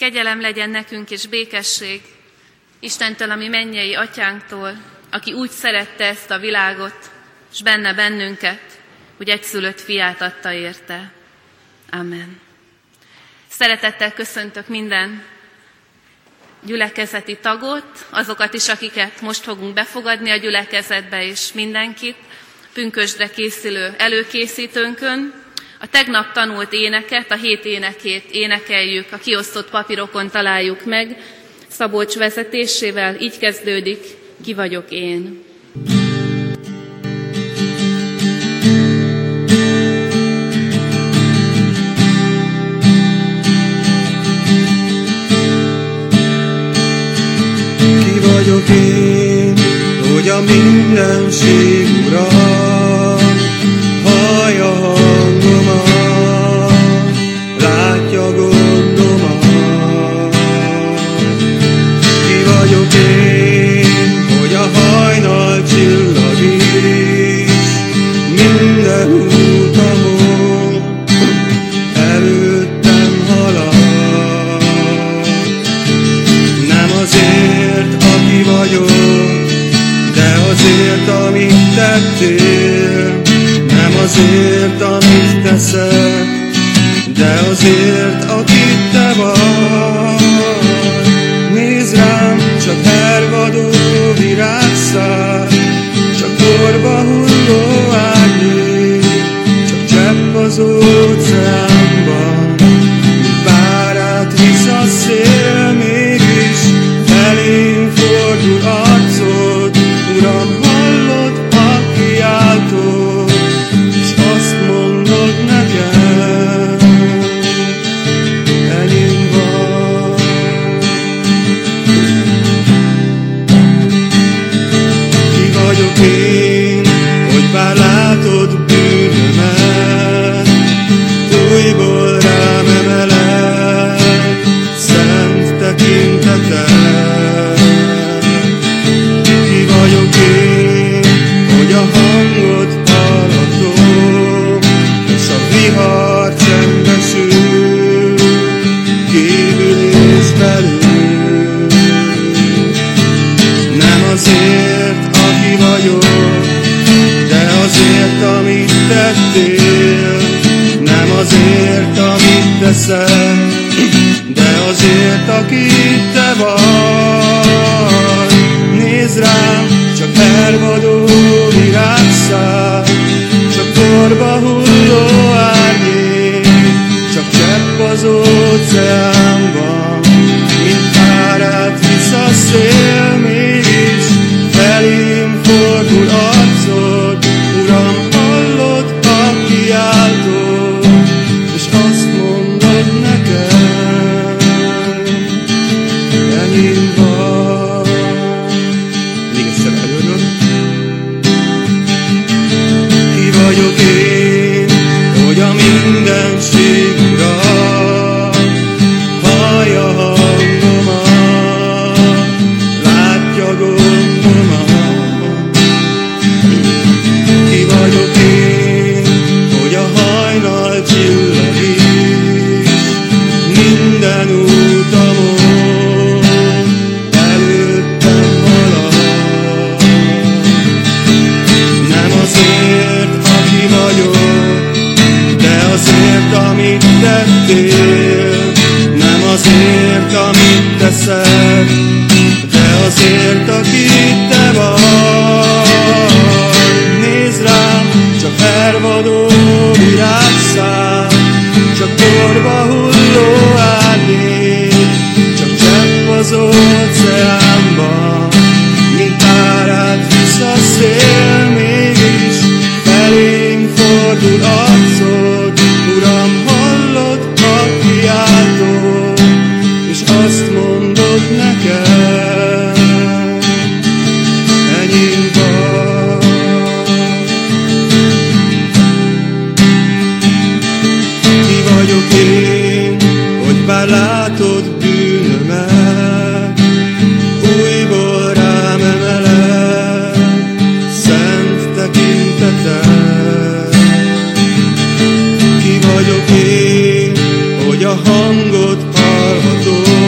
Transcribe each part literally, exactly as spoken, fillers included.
Kegyelem legyen nekünk és békesség Istentől, ami mennyei atyánktól, aki úgy szerette ezt a világot, és benne bennünket, hogy egyszülött fiát adta érte. Amen. Szeretettel köszöntök minden gyülekezeti tagot, azokat is, akiket most fogunk befogadni a gyülekezetbe, és mindenkit, pünkösdre készülő előkészítőnkön. A tegnap tanult éneket, a hét énekét énekeljük, a kiosztott papírokon találjuk meg, Szabolcs vezetésével, így kezdődik, ki vagyok én. Ki vagyok én, hogy a mindenség ura, hallja hangomat, látja gondomat. Ki vagyok én, hogy a hajnal csillagít minden útamon, előttem halad. Nem azért, aki vagyok, de azért, amit tettél. Nem azért, amit teszek, de azért, akit te vagy. Nézd rám, csak hervadó virágszál, csak porba hulló árnyék, csak csepp az óceánban, mint bárát visz a szél, mégis felém fordul arcod. Uram, hallod a kiáltót, és azt mondod nekem, enyém vagy. Ki vagyok én, hogy bár látod bűnömet, újból rám emeled szent tekinteted. Ki vagyok én, hogy a hangot hallatom, és a vihar csendesül, kívül és belül. Nem azért, aki vagyok, de azért, amit tettél. Nem azért, amit teszek, de azért, aki te vagy. Nézd rám, csak hervadó virágszál, csak porba hulló árnyék, csak csepp az óceánban, mint árát visz a szél, mégis felém fordul arcod. Uram, hallod a kiáltót, és azt mondod nekem, enyém vagy. Még egyszer előről. Ki vagyok én, hogy a mindenség ura, hallja hangomat, látja gondomat. Ki vagyok én, hogy a hajnal csillagít minden útamon, előttem halad. Nem azért, aki vagyok, de azért, amit tettél. Nem azért, amit teszek, de azért, aki te vagy. Nézd rám, csak hervadó virágszál, csak porba hulló árnyék, csak csepp az óceánban, mint árát visz a szél, mégis felém fordul arcod. Uram, hallod a kiáltót, és azt mondod nekem, enyém vagy. Ki vagyok én, hogy bár látod bűnömet, újból rám emeled szent tekinteted. Ki vagyok én, hogy a hangot hallhatom,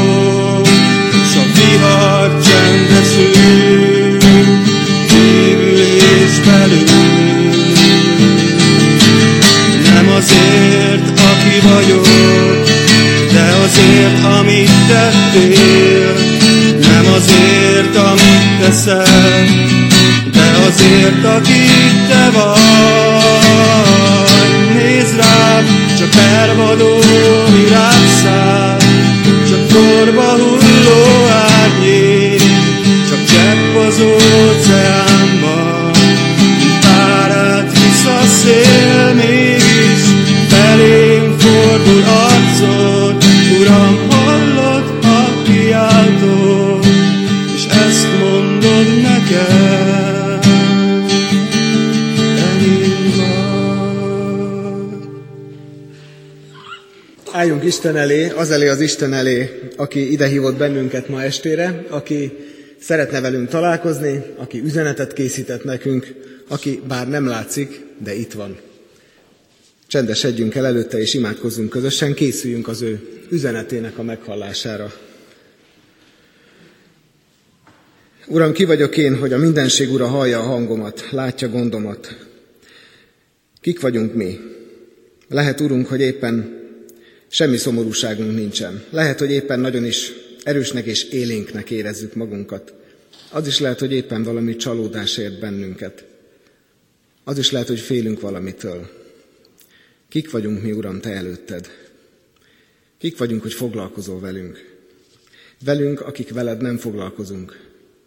amit tettél, nem azért, amit teszel, de azért, aki te vagy. Nézd rád, csak elvadó virágszál, csak korba hulló árnyék, csak csepp az óceánban, mint párát visz a szél, mégis felém fordul arcod. Uram, hallod a kiáltót, és ezt mondod nekem, enyém vagy. Álljunk Isten elé, az elé az Isten elé, aki idehívott bennünket ma estére, aki szeretne velünk találkozni, aki üzenetet készített nekünk, aki bár nem látszik, de itt van. Csendesedjünk el előtte, és imádkozzunk közösen, készüljünk az ő üzenetének a meghallására. Uram, ki vagyok én, hogy a mindenség Ura hallja a hangomat, látja gondomat? Kik vagyunk mi? Lehet, Urunk, hogy éppen semmi szomorúságunk nincsen. Lehet, hogy éppen nagyon is erősnek és élénknek érezzük magunkat. Az is lehet, hogy éppen valami csalódás ért bennünket. Az is lehet, hogy félünk valamitől. Kik vagyunk mi, Uram, Te előtted? Kik vagyunk, hogy foglalkozol velünk? Velünk, akik veled nem foglalkozunk.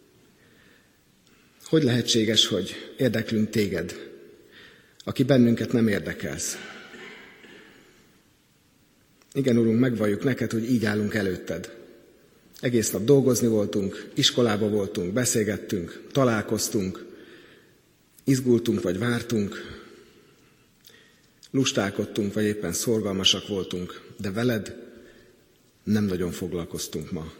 Hogy lehetséges, hogy érdeklünk Téged, aki bennünket nem érdekelsz? Igen, Urunk, megvalljuk neked, hogy így állunk előtted. Egész nap dolgozni voltunk, iskolába voltunk, beszélgettünk, találkoztunk, izgultunk vagy vártunk, lustálkodtunk, vagy éppen szorgalmasak voltunk, de veled nem nagyon foglalkoztunk ma.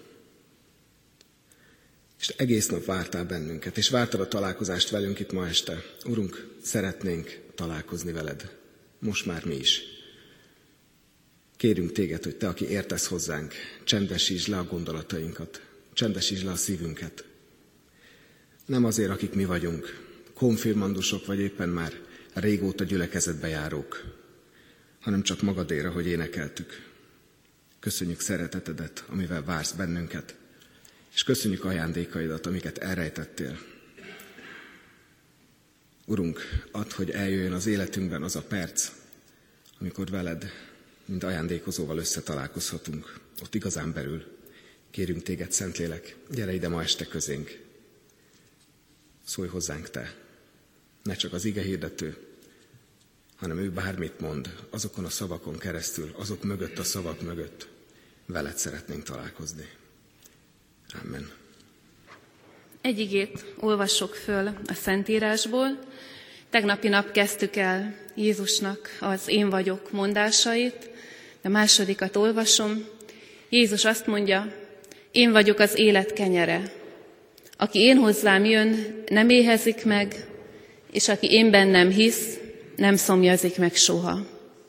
És egész nap vártál bennünket, és vártad a találkozást velünk itt ma este. Urunk, szeretnénk találkozni veled. Most már mi is. Kérünk téged, hogy te, aki értesz hozzánk, csendesítsd le a gondolatainkat, csendesítsd le a szívünket. Nem azért, akik mi vagyunk, konfirmandusok, vagy éppen már régóta gyülekezetbe járók, hanem csak magadéra, hogy énekeltük. Köszönjük szeretetedet, amivel vársz bennünket, és köszönjük ajándékaidat, amiket elrejtettél. Urunk, add, hogy eljöjjön az életünkben az a perc, amikor veled, mint ajándékozóval összetalálkozhatunk. Ott igazán belül kérünk téged, Szentlélek, gyere ide ma este közénk. Szólj hozzánk te, ne csak az ige hirdető, hanem ő bármit mond, azokon a szavakon keresztül, azok mögött, a szavak mögött veled szeretnénk találkozni. Amen. Egy igét olvassuk föl a Szentírásból. Tegnapi nap kezdtük el Jézusnak az én vagyok mondásait, de másodikat olvasom. Jézus azt mondja, én vagyok az élet kenyere. Aki én hozzám jön, nem éhezik meg, és aki én bennem hisz, nem szomjazik meg soha.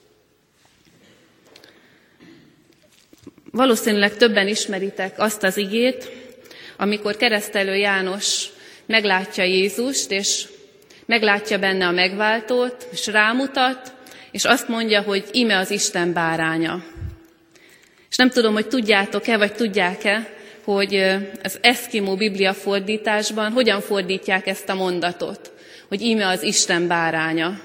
Valószínűleg többen ismeritek azt az igét, amikor keresztelő János meglátja Jézust, és meglátja benne a megváltót, és rámutat, és azt mondja, hogy íme az Isten báránya. És nem tudom, hogy tudjátok-e, vagy tudják-e, hogy az eszkimó Biblia fordításban hogyan fordítják ezt a mondatot, hogy íme az Isten báránya.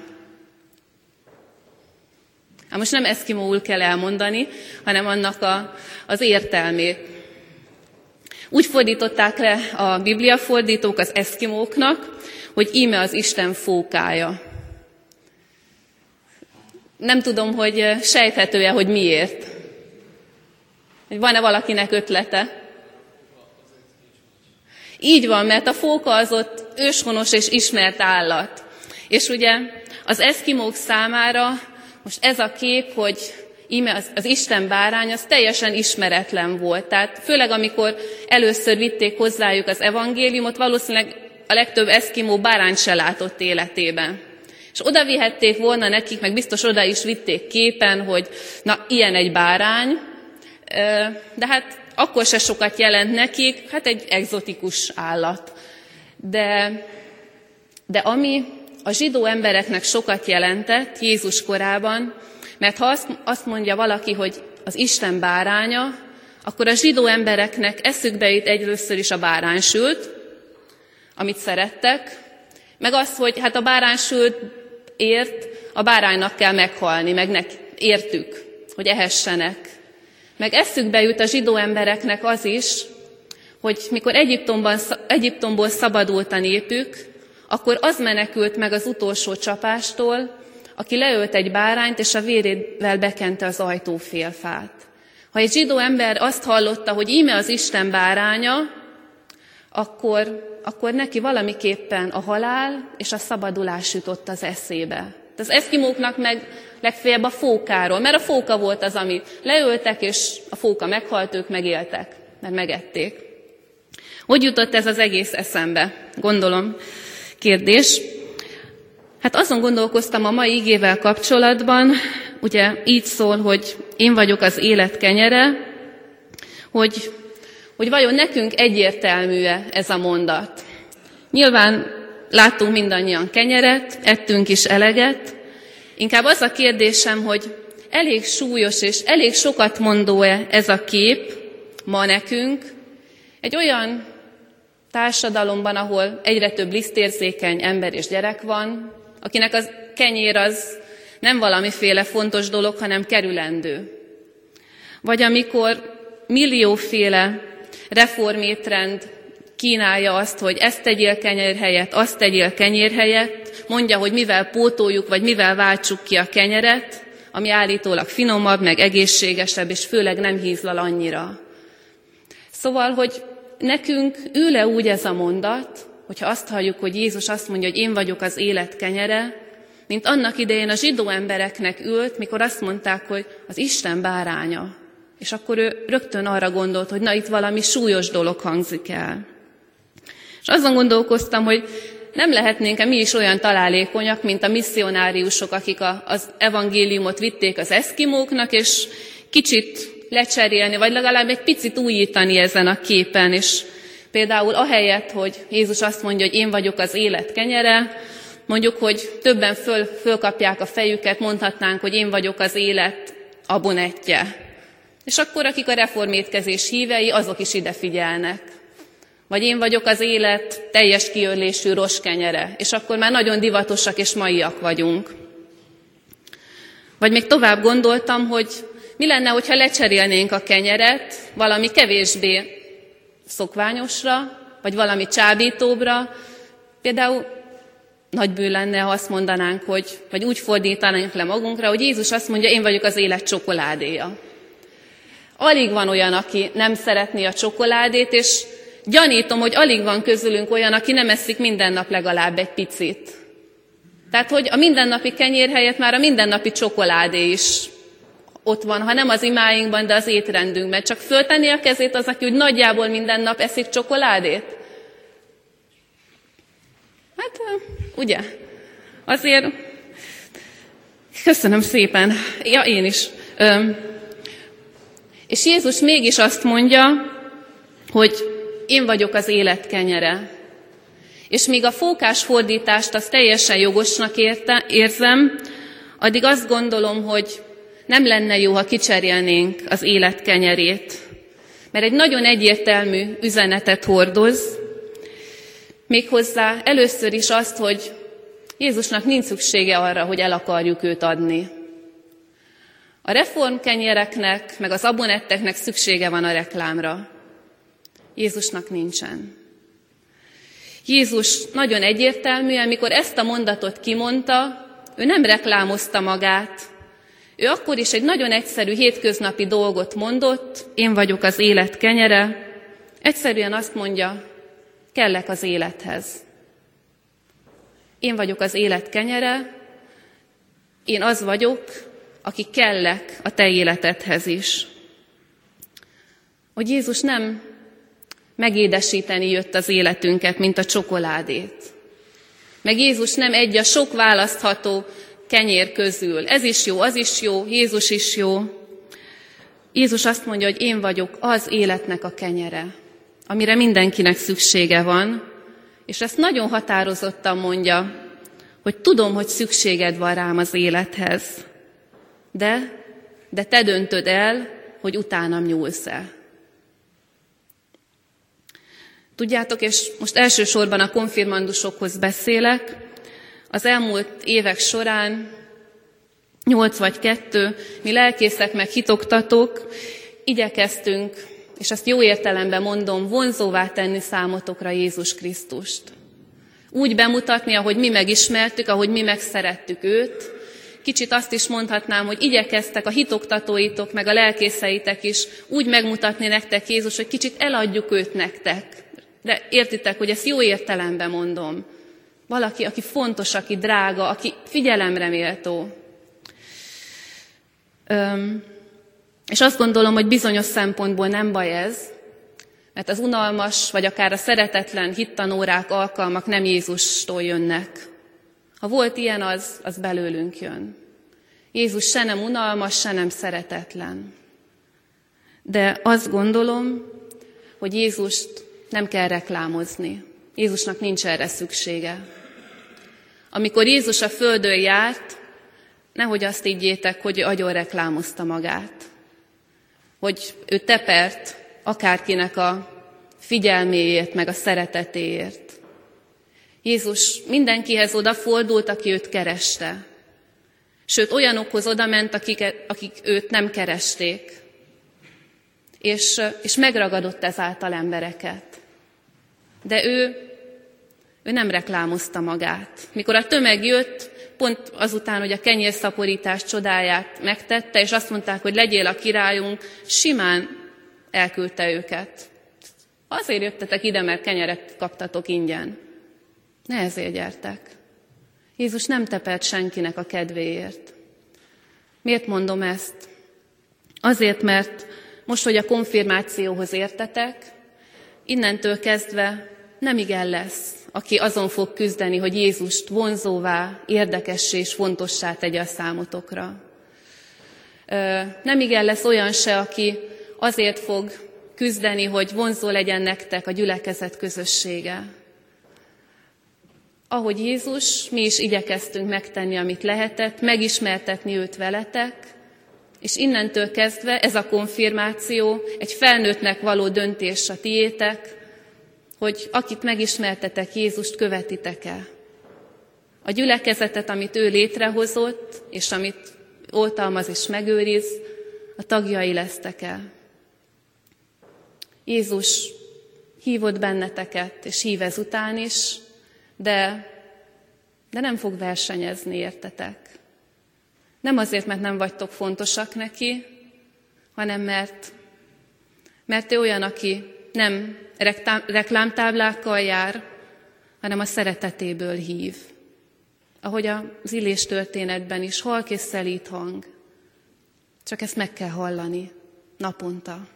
Hát most nem eszkimóul kell elmondani, hanem annak a, az értelmét. Úgy fordították le a Biblia fordítók az eszkimóknak, hogy íme az Isten fókája. Nem tudom, hogy sejthető-e, hogy miért. Van-e valakinek ötlete? Így van, mert a fóka az ott őshonos és ismert állat. És ugye az eszkimók számára most ez a kép, hogy íme az, az Isten bárány, az teljesen ismeretlen volt. Tehát főleg amikor először vitték hozzájuk az evangéliumot, valószínűleg a legtöbb eszkimó bárányt se látott életében. És oda vihették volna nekik, meg biztos oda is vitték képen, hogy na, ilyen egy bárány, de hát akkor se sokat jelent nekik, hát egy egzotikus állat. De, de ami a zsidó embereknek sokat jelentett Jézus korában, mert ha azt, azt mondja valaki, hogy az Isten báránya, akkor a zsidó embereknek eszükbe jut először is a báránysült, amit szerettek, meg az, hogy hát a báránysültért a báránynak kell meghalni, meg nek, értük, hogy ehessenek. Meg eszükbe jut a zsidó embereknek az is, hogy mikor Egyiptomban, Egyiptomból szabadult a népük, akkor az menekült meg az utolsó csapástól, aki leölt egy bárányt, és a vérével bekente az ajtófélfát. Ha egy zsidó ember azt hallotta, hogy íme az Isten báránya, akkor, akkor neki valamiképpen a halál és a szabadulás jutott az eszébe. Az eszkimóknak meg legfeljebb a fókáról, mert a fóka volt az, amit leöltek, és a fóka meghalt, ők megéltek, mert megették. Hogy jutott ez az egész eszembe? Gondolom, kérdés. Hát azon gondolkoztam a mai igével kapcsolatban, ugye így szól, hogy én vagyok az élet kenyere, hogy, hogy vajon nekünk egyértelmű-e ez a mondat. Nyilván láttunk mindannyian kenyeret, ettünk is eleget, inkább az a kérdésem, hogy elég súlyos és elég sokat mondó-e ez a kép ma nekünk, egy olyan társadalomban, ahol egyre több lisztérzékeny ember és gyerek van, akinek az kenyér az nem valamiféle fontos dolog, hanem kerülendő. Vagy amikor millióféle reformétrend kínálja azt, hogy ezt tegyél kenyér helyett, azt tegyél kenyér helyett, mondja, hogy mivel pótoljuk, vagy mivel váltsuk ki a kenyeret, ami állítólag finomabb, meg egészségesebb, és főleg nem hízlal annyira. Szóval, hogy nekünk ül-e úgy ez a mondat, hogyha azt halljuk, hogy Jézus azt mondja, hogy én vagyok az élet kenyere, mint annak idején a zsidó embereknek ült, mikor azt mondták, hogy az Isten báránya. És akkor ő rögtön arra gondolt, hogy na itt valami súlyos dolog hangzik el. És azon gondolkoztam, hogy nem lehetnénk-e mi is olyan találékonyak, mint a misszionáriusok, akik a, az evangéliumot vitték az eszkimóknak, és kicsit lecserélni, vagy legalább egy picit újítani ezen a képen. És például ahelyett, hogy Jézus azt mondja, hogy én vagyok az élet kenyere, mondjuk, hogy többen föl, fölkapják a fejüket, mondhatnánk, hogy én vagyok az élet abonettje. És akkor, akik a reformétkezés hívei, azok is ide figyelnek. Vagy én vagyok az élet teljes kiörlésű rostkenyere, és akkor már nagyon divatosak és maiak vagyunk. Vagy még tovább gondoltam, hogy mi lenne, hogyha lecserélnénk a kenyeret valami kevésbé szokványosra, vagy valami csábítóbbra. Például nagy bűn lenne, ha azt mondanánk, hogy, vagy úgy fordítanánk le magunkra, hogy Jézus azt mondja, én vagyok az élet csokoládéja. Alig van olyan, aki nem szeretné a csokoládét, és gyanítom, hogy alig van közülünk olyan, aki nem eszik minden nap legalább egy picit. Tehát, hogy a mindennapi kenyér helyett már a mindennapi csokoládé is ott van, ha nem az imáinkban, de az étrendünkben. Csak föltenni a kezét az, aki úgy nagyjából minden nap eszik csokoládét? Hát, ugye? Azért, köszönöm szépen. Ja, én is. És Jézus mégis azt mondja, hogy én vagyok az élet kenyere. És míg a fókás fordítást azt teljesen jogosnak érte, érzem, addig azt gondolom, hogy nem lenne jó, ha kicserélnénk az élet kenyerét. Mert egy nagyon egyértelmű üzenetet hordoz, méghozzá először is azt, hogy Jézusnak nincs szüksége arra, hogy el akarjuk őt adni. A reformkenyereknek, meg az abonetteknek szüksége van a reklámra. Jézusnak nincsen. Jézus nagyon egyértelműen, mikor ezt a mondatot kimondta, ő nem reklámozta magát. Ő akkor is egy nagyon egyszerű, hétköznapi dolgot mondott, én vagyok az élet kenyere. Egyszerűen azt mondja, kellek az élethez. Én vagyok az élet kenyere, én az vagyok, aki kellek a te életedhez is. Hogy Jézus nem megédesíteni jött az életünket, mint a csokoládét. Meg Jézus nem egy a sok választható kenyér közül. Ez is jó, az is jó, Jézus is jó. Jézus azt mondja, hogy én vagyok az életnek a kenyere, amire mindenkinek szüksége van, és ezt nagyon határozottan mondja, hogy tudom, hogy szükséged van rám az élethez, de, de te döntöd el, hogy utánam nyúlsz-e. Tudjátok, és most elsősorban a konfirmandusokhoz beszélek, az elmúlt évek során, nyolc vagy kettő, mi lelkészek meg hitoktatók igyekeztünk, és azt jó értelemben mondom, vonzóvá tenni számotokra Jézus Krisztust. Úgy bemutatni, ahogy mi megismertük, ahogy mi megszerettük őt. Kicsit azt is mondhatnám, hogy igyekeztek a hitoktatóitok, meg a lelkészeitek is úgy megmutatni nektek Jézus, hogy kicsit eladjuk őt nektek. De értitek, hogy ezt jó értelemben mondom. Valaki, aki fontos, aki drága, aki figyelemre méltó. Öm, és azt gondolom, hogy bizonyos szempontból nem baj ez, mert az unalmas, vagy akár a szeretetlen hittanórák, alkalmak nem Jézustól jönnek. Ha volt ilyen, az, az belőlünk jön. Jézus se nem unalmas, se nem szeretetlen. De azt gondolom, hogy Jézust nem kell reklámozni. Jézusnak nincs erre szüksége. Amikor Jézus a földön járt, nehogy azt higgyétek, hogy agyon reklámozta magát. Hogy ő tepert akárkinek a figyelméért, meg a szeretetéért. Jézus mindenkihez odafordult, aki őt kereste. Sőt, olyanokhoz odament, akik, akik őt nem keresték. És, és megragadott ezáltal embereket. De ő, ő nem reklámozta magát. Mikor a tömeg jött, pont azután, hogy a kenyérszaporítás csodáját megtette, és azt mondták, hogy legyél a királyunk, simán elküldte őket. Azért jöttetek ide, mert kenyeret kaptatok ingyen. Ne ezért gyertek. Jézus nem tepert senkinek a kedvéért. Miért mondom ezt? Azért, mert most, hogy a konfirmációhoz értetek, innentől kezdve nem igen lesz, aki azon fog küzdeni, hogy Jézust vonzóvá, érdekessé és fontossá tegye a számotokra. Nem igen lesz olyan se, aki azért fog küzdeni, hogy vonzó legyen nektek a gyülekezet közössége. Ahogy Jézus, mi is igyekeztünk megtenni, amit lehetett, megismertetni őt veletek, és innentől kezdve ez a konfirmáció egy felnőttnek való döntés a tiétek, hogy akit megismertetek, Jézust követitek-e. A gyülekezetet, amit ő létrehozott, és amit oltalmaz és megőriz, a tagjai lesztek-e. Jézus hívott benneteket, és hív ezután is, de, de nem fog versenyezni, értetek. Nem azért, mert nem vagytok fontosak neki, hanem mert, mert ő olyan, aki nem reklámtáblákkal jár, hanem a szeretetéből hív. Ahogy az Illés történetben is, halk és szelíd hang. Csak ezt meg kell hallani naponta.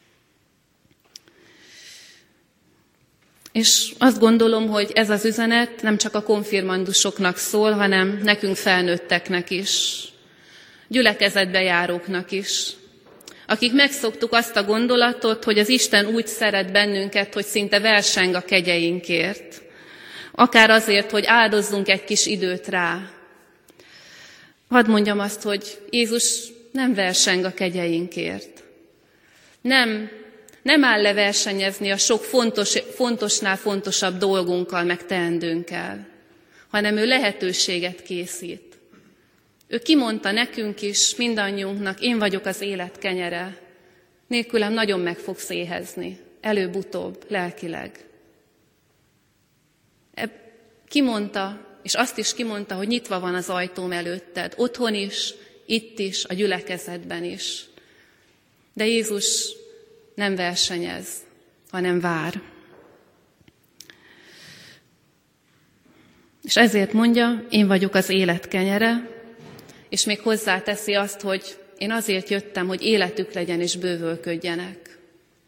És azt gondolom, hogy ez az üzenet nem csak a konfirmandusoknak szól, hanem nekünk felnőtteknek is, gyülekezetbe járóknak is, akik megszoktuk azt a gondolatot, hogy az Isten úgy szeret bennünket, hogy szinte verseng a kegyeinkért. Akár azért, hogy áldozzunk egy kis időt rá. Hadd mondjam azt, hogy Jézus nem verseng a kegyeinkért. Nem, nem áll le versenyezni a sok fontos, fontosnál fontosabb dolgunkkal, meg teendőnkkel, hanem ő lehetőséget készít. Ő kimondta nekünk is, mindannyiunknak, én vagyok az élet kenyere. Nélkülem nagyon meg fogsz éhezni, előbb-utóbb, lelkileg. Kimondta, és azt is kimondta, hogy nyitva van az ajtóm előtted, otthon is, itt is, a gyülekezetben is. De Jézus nem versenyez, hanem vár. És ezért mondja, én vagyok az élet kenyere, és még hozzáteszi azt, hogy én azért jöttem, hogy életük legyen és bővölködjenek.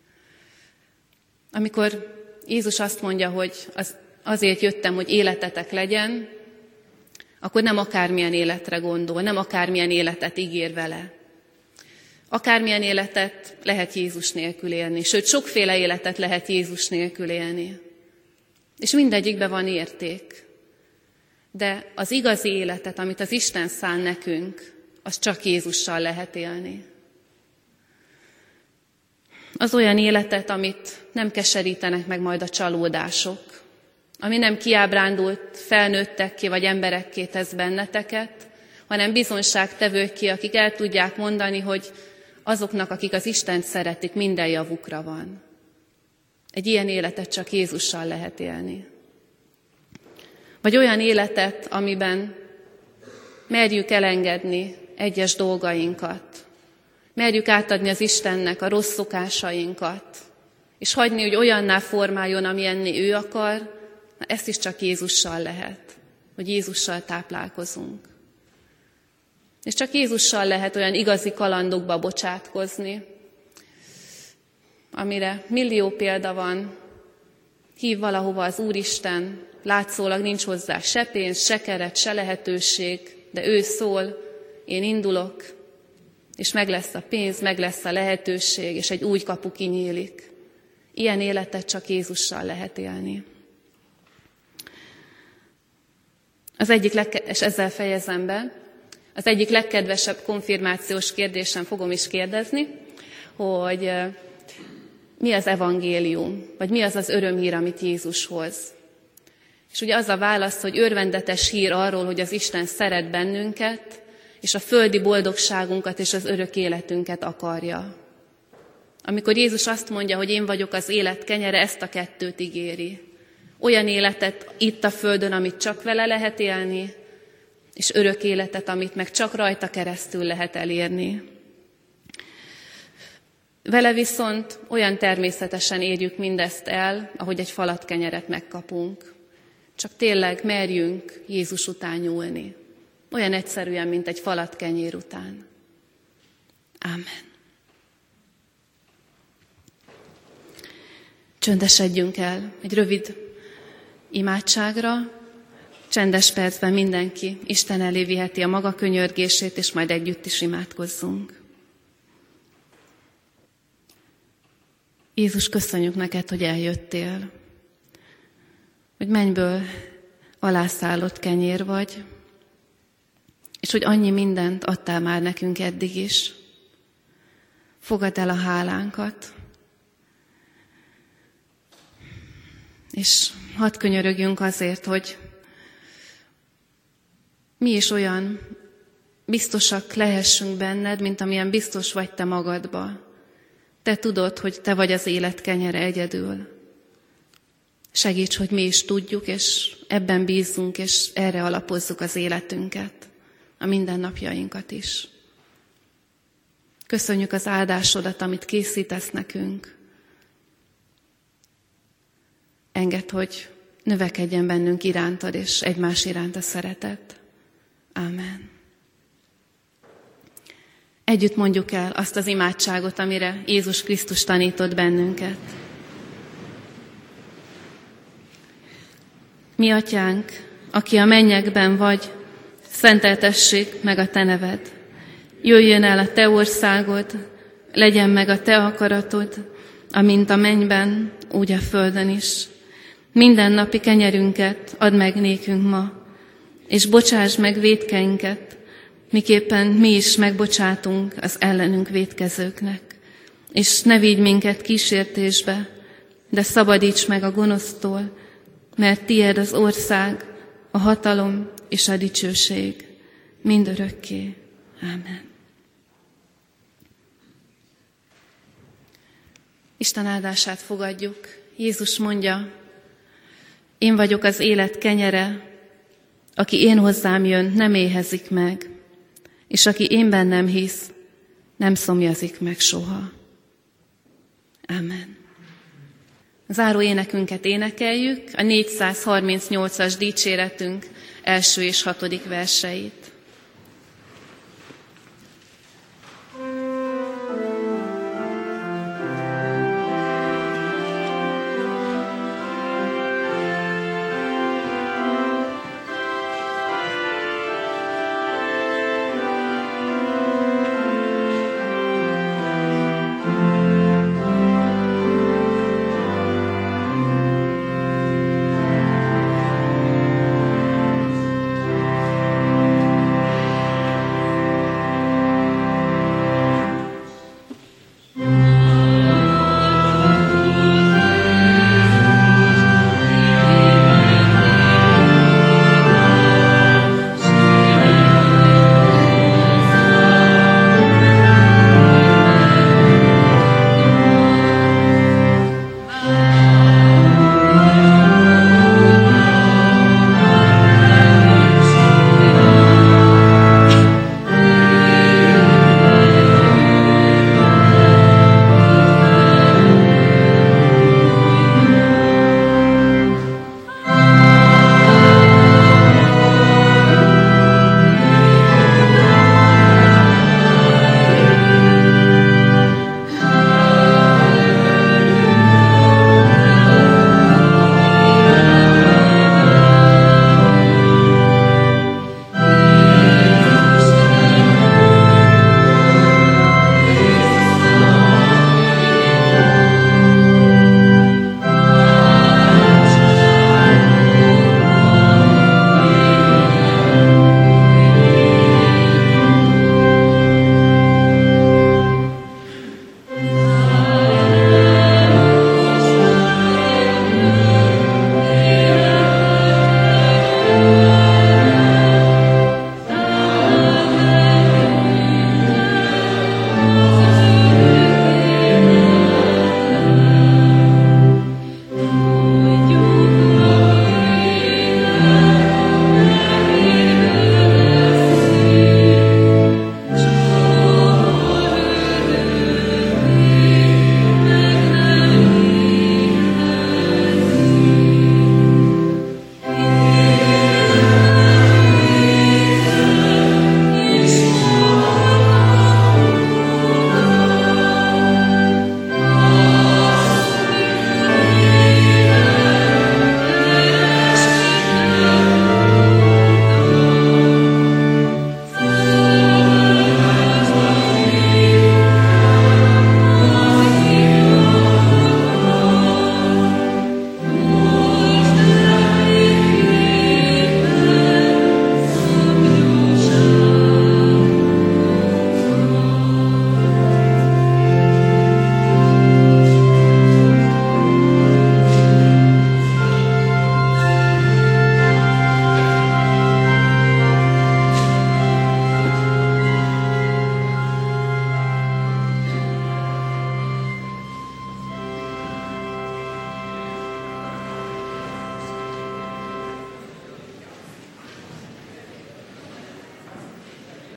Amikor Jézus azt mondja, hogy az, azért jöttem, hogy életetek legyen, akkor nem akármilyen életre gondol, nem akármilyen életet ígér vele. Akármilyen életet lehet Jézus nélkül élni, sőt, sokféle életet lehet Jézus nélkül élni. És mindegyikben van érték. De az igazi életet, amit az Isten szán nekünk, az csak Jézussal lehet élni. Az olyan életet, amit nem keserítenek meg majd a csalódások, ami nem kiábrándult felnőttekké vagy emberekké tesz benneteket, hanem bizonságtevőkké, akik el tudják mondani, hogy azoknak, akik az Istent szeretik, minden javukra van. Egy ilyen életet csak Jézussal lehet élni. Vagy olyan életet, amiben merjük elengedni egyes dolgainkat, merjük átadni az Istennek a rossz szokásainkat, és hagyni, hogy olyanná formáljon, amilyenné ő akar, na ezt is csak Jézussal lehet, hogy Jézussal táplálkozunk. És csak Jézussal lehet olyan igazi kalandokba bocsátkozni, amire millió példa van, hív valahova az Úristen, látszólag nincs hozzá se pénz, se keret, se lehetőség, de ő szól, én indulok, és meg lesz a pénz, meg lesz a lehetőség, és egy új kapu kinyílik. Ilyen életet csak Jézussal lehet élni. Az egyik legke- és ezzel fejezem be, az egyik legkedvesebb konfirmációs kérdésem fogom is kérdezni, hogy mi az evangélium, vagy mi az az örömhír, amit Jézus hoz. És ugye az a válasz, hogy örvendetes hír arról, hogy az Isten szeret bennünket, és a földi boldogságunkat és az örök életünket akarja. Amikor Jézus azt mondja, hogy én vagyok az élet kenyere, ezt a kettőt ígéri. Olyan életet itt a földön, amit csak vele lehet élni, és örök életet, amit meg csak rajta keresztül lehet elérni. Vele viszont olyan természetesen érjük mindezt el, ahogy egy falat kenyeret megkapunk. Csak tényleg merjünk Jézus után nyúlni. Olyan egyszerűen, mint egy falat kenyér után. Ámen. Csöndesedjünk el egy rövid imádságra. Csendes percben mindenki Isten elé viheti a maga könyörgését, és majd együtt is imádkozzunk. Jézus, köszönjük neked, hogy eljöttél, hogy mennyből alászállott kenyér vagy, és hogy annyi mindent adtál már nekünk eddig is. Fogadd el a hálánkat, és hadd könyörögjünk azért, hogy mi is olyan biztosak lehessünk benned, mint amilyen biztos vagy te magadba. Te tudod, hogy te vagy az élet kenyere egyedül. Segíts, hogy mi is tudjuk, és ebben bízzunk, és erre alapozzuk az életünket, a mindennapjainkat is. Köszönjük az áldásodat, amit készítesz nekünk. Engedd, hogy növekedjen bennünk irántad, és egymás iránt a szeretet. Ámen. Együtt mondjuk el azt az imádságot, amire Jézus Krisztus tanított bennünket. Mi atyánk, aki a mennyekben vagy, szenteltessék meg a te neved. Jöjjön el a te országod, legyen meg a te akaratod, amint a mennyben, úgy a földön is. Minden napi kenyerünket add meg nékünk ma, és bocsáss meg vétkeinket, miképpen mi is megbocsátunk az ellenünk vétkezőknek. És ne vigy minket kísértésbe, de szabadíts meg a gonosztól, mert tied az ország, a hatalom és a dicsőség mindörökké. Ámen. Isten áldását fogadjuk. Jézus mondja, én vagyok az élet kenyere, aki én hozzám jön, nem éhezik meg, és aki én bennem hisz, nem szomjazik meg soha. Amen. Záró énekünket énekeljük, a négyszázharmincnyolcas dicséretünk első és hatodik verseit.